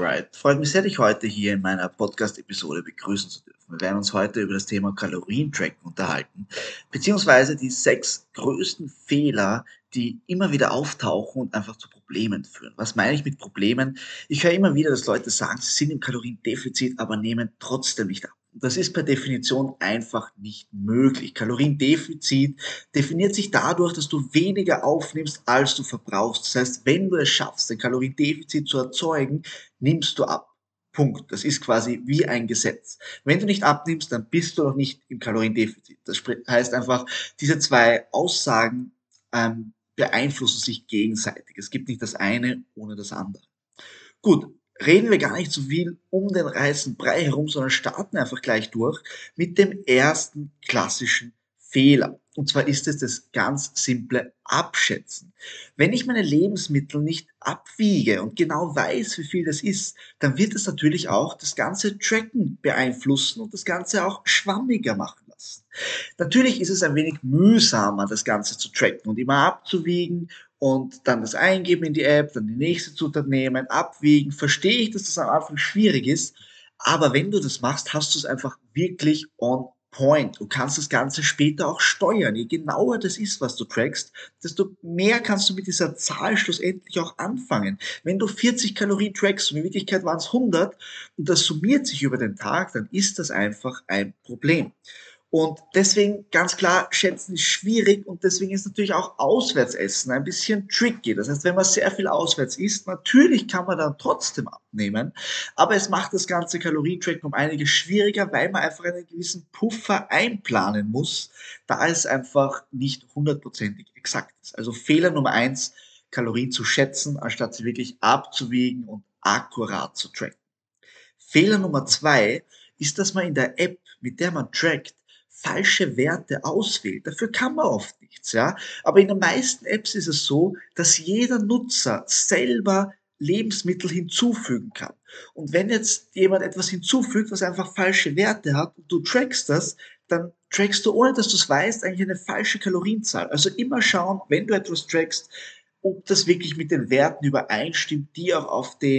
Alright, freut mich sehr, dich heute hier in meiner Podcast-Episode begrüßen zu dürfen. Wir werden uns heute über das Thema Kalorientracken unterhalten, beziehungsweise die 6 größten Fehler, die immer wieder auftauchen und einfach zu Problemen führen. Was meine ich mit Problemen? Ich höre immer wieder, dass Leute sagen, sie sind im Kaloriendefizit, aber nehmen trotzdem nicht ab. Das ist per Definition einfach nicht möglich. Kaloriendefizit definiert sich dadurch, dass du weniger aufnimmst, als du verbrauchst. Das heißt, wenn du es schaffst, ein Kaloriendefizit zu erzeugen, nimmst du ab. Punkt. Das ist quasi wie ein Gesetz. Wenn du nicht abnimmst, dann bist du noch nicht im Kaloriendefizit. Das heißt einfach, diese zwei Aussagen beeinflussen sich gegenseitig. Es gibt nicht das eine ohne das andere. Gut, reden wir gar nicht so viel um den heißen Brei herum, sondern starten einfach gleich durch mit dem ersten klassischen Fehler. Und zwar ist es das ganz simple Abschätzen. Wenn ich meine Lebensmittel nicht abwiege und genau weiß, wie viel das ist, dann wird es natürlich auch das ganze Tracken beeinflussen und das Ganze auch schwammiger machen lassen. Natürlich ist es ein wenig mühsamer, das Ganze zu tracken und immer abzuwiegen und dann das eingeben in die App, dann die nächste Zutat nehmen, abwiegen. Verstehe ich, dass das am Anfang schwierig ist, aber wenn du das machst, hast du es einfach wirklich on point. Du kannst das Ganze später auch steuern. Je genauer das ist, was du trackst, desto mehr kannst du mit dieser Zahl schlussendlich auch anfangen. Wenn du 40 Kalorien trackst und in Wirklichkeit waren es 100 und das summiert sich über den Tag, dann ist das einfach ein Problem. Und deswegen ganz klar, schätzen ist schwierig und deswegen ist natürlich auch Auswärtsessen ein bisschen tricky. Das heißt, wenn man sehr viel auswärts isst, natürlich kann man dann trotzdem abnehmen, aber es macht das ganze Kalorientracken um einiges schwieriger, weil man einfach einen gewissen Puffer einplanen muss, da es einfach nicht hundertprozentig exakt ist. Also Fehler Nummer eins: Kalorien zu schätzen, anstatt sie wirklich abzuwiegen und akkurat zu tracken. Fehler Nummer zwei ist, dass man in der App, mit der man trackt, falsche Werte auswählt. Dafür kann man oft nichts, ja. Aber in den meisten Apps ist es so, dass jeder Nutzer selber Lebensmittel hinzufügen kann. Und wenn jetzt jemand etwas hinzufügt, was einfach falsche Werte hat und du trackst das, dann trackst du, ohne dass du es weißt, eigentlich eine falsche Kalorienzahl. Also immer schauen, wenn du etwas trackst, ob das wirklich mit den Werten übereinstimmt, die auch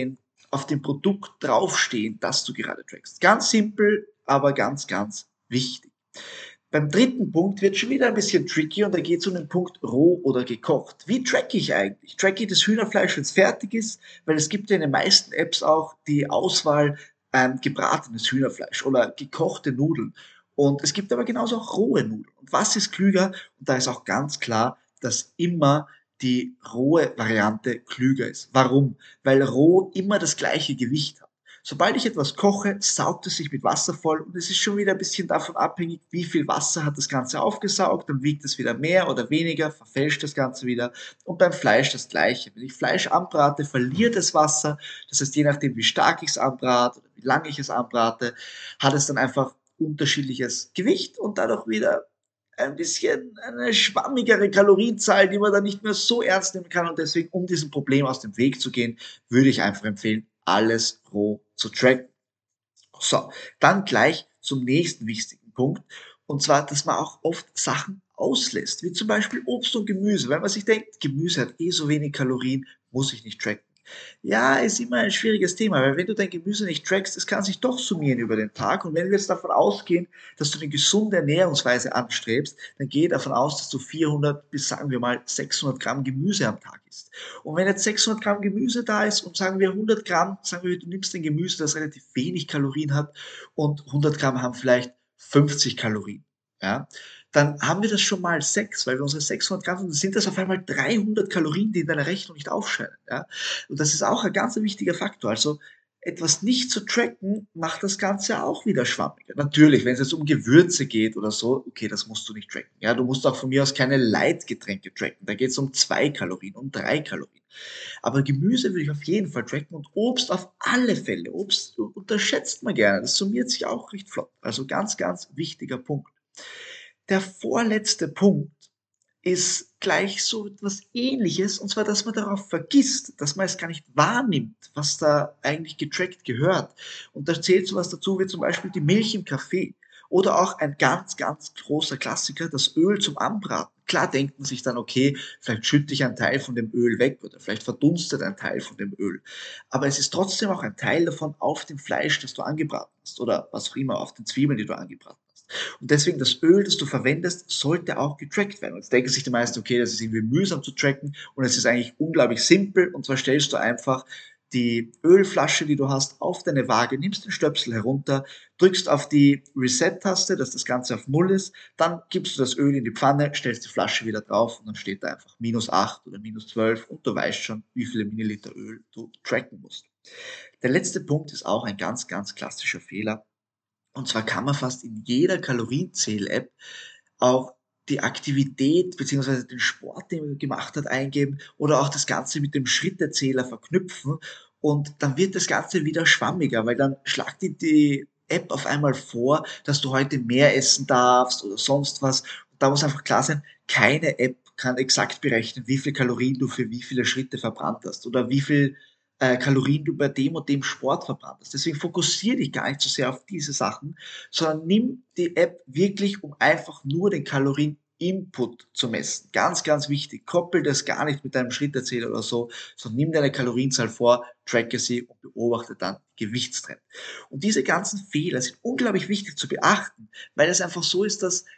auf dem Produkt draufstehen, das du gerade trackst. Ganz simpel, aber ganz, ganz wichtig. Beim dritten Punkt wird schon wieder ein bisschen tricky und da geht es um den Punkt roh oder gekocht. Wie tracke ich eigentlich? Tracke ich das Hühnerfleisch, wenn es fertig ist? Weil es gibt ja in den meisten Apps auch die Auswahl gebratenes Hühnerfleisch oder gekochte Nudeln. Und es gibt aber genauso auch rohe Nudeln. Und was ist klüger? Und da ist auch ganz klar, dass immer die rohe Variante klüger ist. Warum? Weil roh immer das gleiche Gewicht hat. Sobald ich etwas koche, saugt es sich mit Wasser voll und es ist schon wieder ein bisschen davon abhängig, wie viel Wasser hat das Ganze aufgesaugt, dann wiegt es wieder mehr oder weniger, verfälscht das Ganze wieder. Und beim Fleisch das Gleiche. Wenn ich Fleisch anbrate, verliert es Wasser. Das heißt, je nachdem, wie stark ich es anbrate oder wie lange ich es anbrate, hat es dann einfach unterschiedliches Gewicht und dadurch wieder ein bisschen eine schwammigere Kalorienzahl, die man dann nicht mehr so ernst nehmen kann. Und deswegen, um diesem Problem aus dem Weg zu gehen, würde ich einfach empfehlen, alles roh zu tracken. So, dann gleich zum nächsten wichtigen Punkt. Und zwar, dass man auch oft Sachen auslässt, wie zum Beispiel Obst und Gemüse, weil man sich denkt, Gemüse hat eh so wenig Kalorien, muss ich nicht tracken. Ja, ist immer ein schwieriges Thema, weil wenn du dein Gemüse nicht trackst, es kann sich doch summieren über den Tag. Und wenn wir jetzt davon ausgehen, dass du eine gesunde Ernährungsweise anstrebst, dann gehe davon aus, dass du 400 bis sagen wir mal 600 Gramm Gemüse am Tag isst. Und wenn jetzt 600 Gramm Gemüse da ist und sagen wir 100 Gramm, sagen wir, du nimmst ein Gemüse, das relativ wenig Kalorien hat und 100 Gramm haben vielleicht 50 Kalorien, ja, dann haben wir das schon mal 6, weil wir unsere 600 Gramm, dann sind das auf einmal 300 Kalorien, die in deiner Rechnung nicht aufscheinen, ja. Und das ist auch ein ganz wichtiger Faktor. Also etwas nicht zu tracken, macht das Ganze auch wieder schwammiger. Natürlich, wenn es jetzt um Gewürze geht oder so, okay, das musst du nicht tracken. Ja, du musst auch von mir aus keine Leitgetränke tracken. Da geht es um 2 Kalorien, um 3 Kalorien. Aber Gemüse würde ich auf jeden Fall tracken und Obst auf alle Fälle. Obst unterschätzt man gerne. Das summiert sich auch recht flott. Also ganz, ganz wichtiger Punkt. Der vorletzte Punkt ist gleich so etwas Ähnliches, und zwar, dass man darauf vergisst, dass man es gar nicht wahrnimmt, was da eigentlich getrackt gehört. Und da zählt sowas dazu wie zum Beispiel die Milch im Kaffee oder auch ein ganz, ganz großer Klassiker, das Öl zum Anbraten. Klar denkt man sich dann, okay, vielleicht schütte ich einen Teil von dem Öl weg oder vielleicht verdunstet ein Teil von dem Öl. Aber es ist trotzdem auch ein Teil davon auf dem Fleisch, das du angebraten hast oder was auch immer, auf den Zwiebeln, die du angebraten hast. Und deswegen das Öl, das du verwendest, sollte auch getrackt werden. Und jetzt denken sich die meisten, okay, das ist irgendwie mühsam zu tracken und es ist eigentlich unglaublich simpel. Und zwar stellst du einfach die Ölflasche, die du hast, auf deine Waage, nimmst den Stöpsel herunter, drückst auf die Reset-Taste, dass das Ganze auf Null ist, dann gibst du das Öl in die Pfanne, stellst die Flasche wieder drauf und dann steht da einfach -8 oder -12 und du weißt schon, wie viele Milliliter Öl du tracken musst. Der letzte Punkt ist auch ein ganz, ganz klassischer Fehler. Und zwar kann man fast in jeder Kalorienzähl-App auch die Aktivität beziehungsweise den Sport, den man gemacht hat, eingeben oder auch das Ganze mit dem Schrittezähler verknüpfen und dann wird das Ganze wieder schwammiger, weil dann schlagt die App auf einmal vor, dass du heute mehr essen darfst oder sonst was. Und da muss einfach klar sein, keine App kann exakt berechnen, wie viel Kalorien du für wie viele Schritte verbrannt hast oder wie viel Kalorien du bei dem und dem Sport verbrannt hast. Deswegen fokussiere dich gar nicht so sehr auf diese Sachen, sondern nimm die App wirklich, um einfach nur den Kalorien-Input zu messen. Ganz, ganz wichtig. Koppel das gar nicht mit deinem Schritterzähler oder so, sondern nimm deine Kalorienzahl vor, tracke sie und beobachte dann Gewichtstrend. Und diese ganzen Fehler sind unglaublich wichtig zu beachten, weil es einfach so ist, dass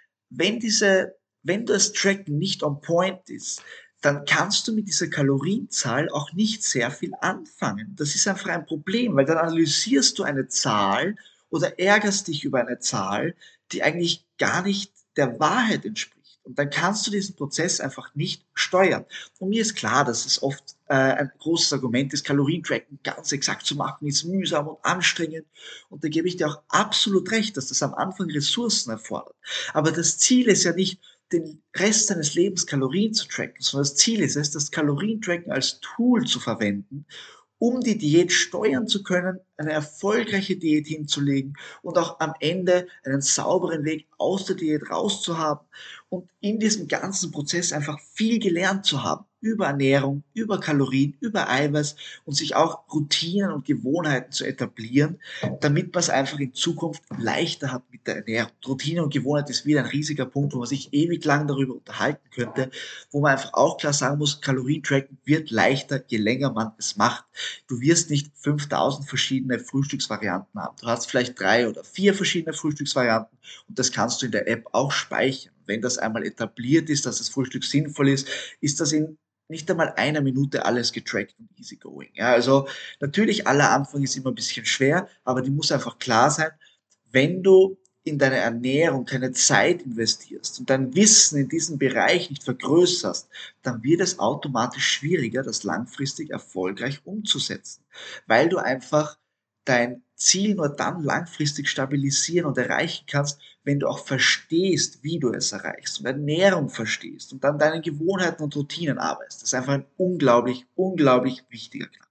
wenn das Tracken nicht on point ist, dann kannst du mit dieser Kalorienzahl auch nicht sehr viel anfangen. Das ist einfach ein Problem, weil dann analysierst du eine Zahl oder ärgerst dich über eine Zahl, die eigentlich gar nicht der Wahrheit entspricht. Und dann kannst du diesen Prozess einfach nicht steuern. Und mir ist klar, dass es oft ein großes Argument ist, Kalorientracken ganz exakt zu machen, ist mühsam und anstrengend. Und da gebe ich dir auch absolut recht, dass das am Anfang Ressourcen erfordert. Aber das Ziel ist ja nicht, den Rest deines Lebens Kalorien zu tracken, sondern das Ziel ist es, das Kalorientracken als Tool zu verwenden, um die Diät steuern zu können, eine erfolgreiche Diät hinzulegen und auch am Ende einen sauberen Weg aus der Diät rauszuhaben und in diesem ganzen Prozess einfach viel gelernt zu haben über Ernährung, über Kalorien, über Eiweiß und sich auch Routinen und Gewohnheiten zu etablieren, damit man es einfach in Zukunft leichter hat mit der Ernährung. Routine und Gewohnheit ist wieder ein riesiger Punkt, wo man sich ewig lang darüber unterhalten könnte, wo man einfach auch klar sagen muss, Kalorientracken wird leichter, je länger man es macht. Du wirst nicht 5000 verschiedene Frühstücksvarianten haben. Du hast vielleicht 3 oder 4 verschiedene Frühstücksvarianten und das kannst du in der App auch speichern. Wenn das einmal etabliert ist, dass das Frühstück sinnvoll ist das in nicht einmal einer Minute alles getrackt und easy going. Ja, also natürlich, aller Anfang ist immer ein bisschen schwer, aber die muss einfach klar sein, wenn du in deine Ernährung keine Zeit investierst und dein Wissen in diesem Bereich nicht vergrößerst, dann wird es automatisch schwieriger, das langfristig erfolgreich umzusetzen, weil du einfach dein Ziel nur dann langfristig stabilisieren und erreichen kannst, wenn du auch verstehst, wie du es erreichst und Ernährung verstehst und dann deine Gewohnheiten und Routinen arbeitest. Das ist einfach ein unglaublich, unglaublich wichtiger Knackpunkt.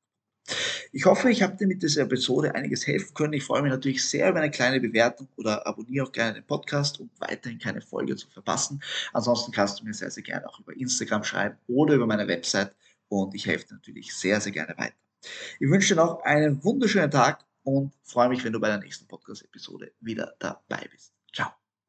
Ich hoffe, ich habe dir mit dieser Episode einiges helfen können. Ich freue mich natürlich sehr über eine kleine Bewertung oder abonniere auch gerne den Podcast, um weiterhin keine Folge zu verpassen. Ansonsten kannst du mir sehr, sehr gerne auch über Instagram schreiben oder über meine Website und ich helfe dir natürlich sehr, sehr gerne weiter. Ich wünsche dir noch einen wunderschönen Tag und freue mich, wenn du bei der nächsten Podcast-Episode wieder dabei bist. Ciao.